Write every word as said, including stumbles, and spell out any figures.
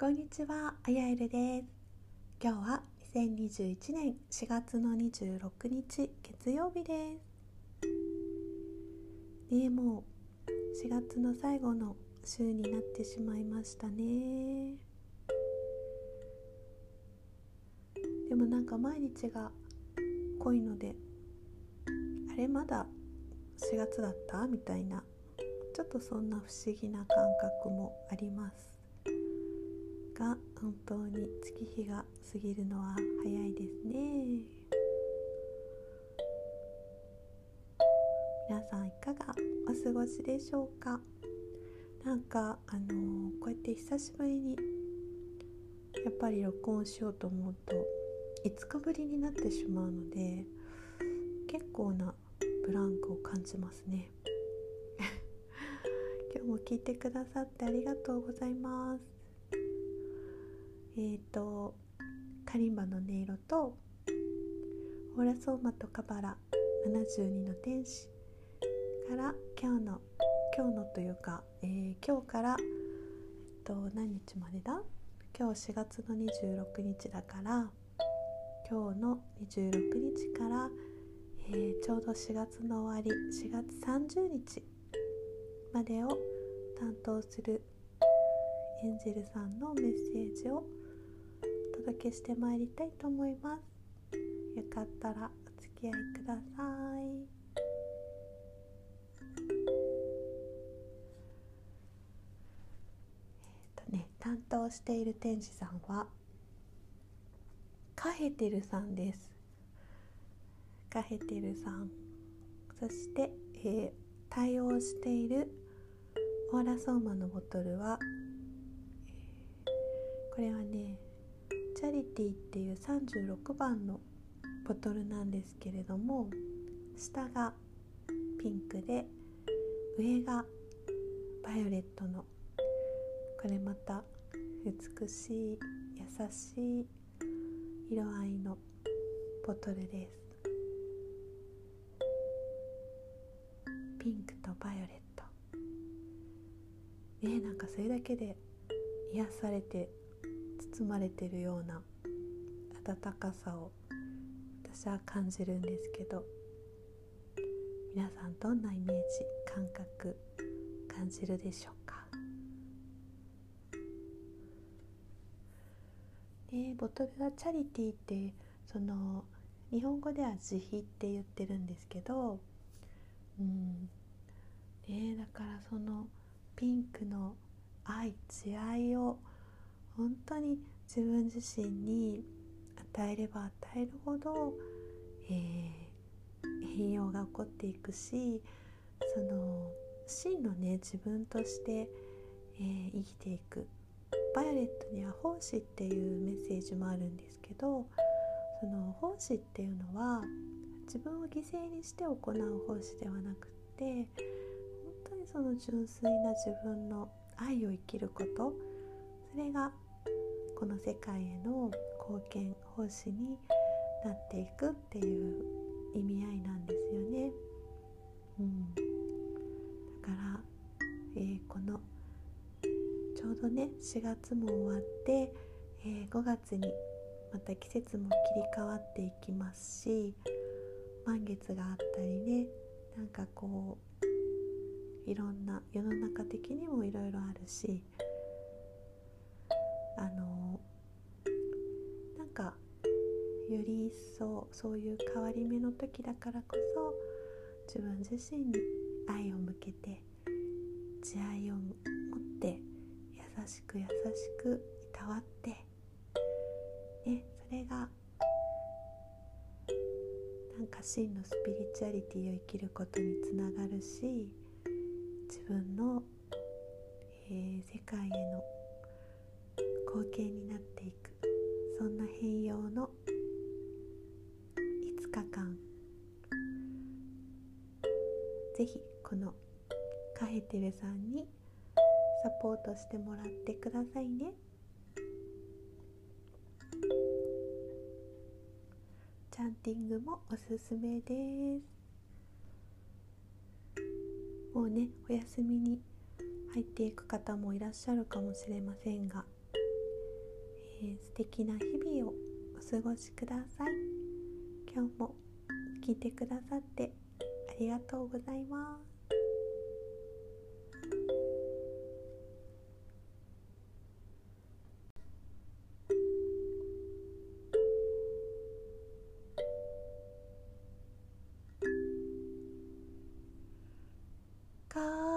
こんにちは、あやえるです。今日はにせんにじゅういちねんしがつのにじゅうろくにち月曜日です。ねえ、もうしがつの最後の週になってしまいましたね。でもなんか毎日が濃いので、あれまだしがつだったみたいな、ちょっとそんな不思議な感覚もありますが、本当に月日が過ぎるのは早いですね。皆さんいかがお過ごしでしょうか。なんかあのー、こうやって久しぶりにやっぱり録音しようと思うといつかぶりになってしまうので、結構なブランクを感じますね。今日も聞いてくださってありがとうございます。えーとカリンバの音色とオーラソーマとカバラななじゅうにの天使から今日の今日のというか、えー、今日から、えっと、何日までだ今日しがつのにじゅうろくにちだから、今日のにじゅうろくにちから、えー、ちょうどしがつの終わりしがつさんじゅうにちまでを担当するエンジェルさんのメッセージをお届けしてまいりたいと思います。よかったらお付き合いください。ね、担当している天使さんはカヘテルさんです。カヘテルさん、そして、えー、対応しているオーラソーマのボトルは、えー、これはねチャリティっていうさんじゅうろくばんのボトルなんですけれども、下がピンクで上がバイオレットの、これまた美しい優しい色合いのボトルです。ピンクとバイオレットね、なんかそれだけで癒されて包まれてるような温かさを私は感じるんですけど、皆さんどんなイメージ感覚感じるでしょうか。でボトルはチャリティーって、その日本語では慈悲って言ってるんですけど、うんね、だからそのピンクの愛慈愛を本当に自分自身に与えれば与えるほど、えー、変容が起こっていくし、その真のね自分として、えー、生きていく。バイオレットには奉仕っていうメッセージもあるんですけど、その奉仕っていうのは自分を犠牲にして行う奉仕ではなくって、本当にその純粋な自分の愛を生きること、それがこの世界への貢献奉仕になっていくっていう意味合いなんですよね。うん、だから、えー、このちょうどねしがつも終わって、えー、ごがつにまた季節も切り替わっていきますし、満月があったりね、なんかこういろんな世の中的にもいろいろあるし、あのー、なんかより一層そういう変わり目の時だからこそ、自分自身に愛を向けて慈愛を持って優しく優しくいたわって、ね、それがなんか真のスピリチュアリティを生きることにつながるし、自分の、えー、世界への貢献になっていく、そんな変容のいつかかん、ぜひこのカヘテルさんにサポートしてもらってくださいね。チャンティングもおすすめです。もうねお休みに入っていく方もいらっしゃるかもしれませんが、 えー、素敵な日々をお過ごしください。今日も聞いてくださってありがとうございます。か